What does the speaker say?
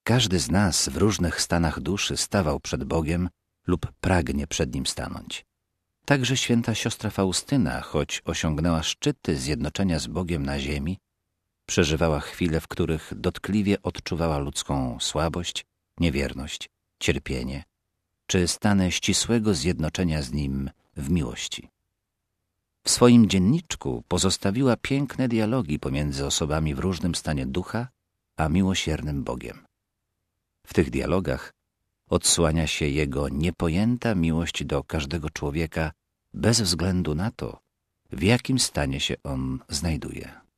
każdy z nas w różnych stanach duszy stawał przed Bogiem lub pragnie przed Nim stanąć. Także święta siostra Faustyna, choć osiągnęła szczyty zjednoczenia z Bogiem na ziemi, przeżywała chwile, w których dotkliwie odczuwała ludzką słabość, niewierność, cierpienie, czy stany ścisłego zjednoczenia z Nim w miłości. W swoim dzienniczku pozostawiła piękne dialogi pomiędzy osobami w różnym stanie ducha a miłosiernym Bogiem. W tych dialogach odsłania się Jego niepojęta miłość do każdego człowieka bez względu na to, w jakim stanie się on znajduje.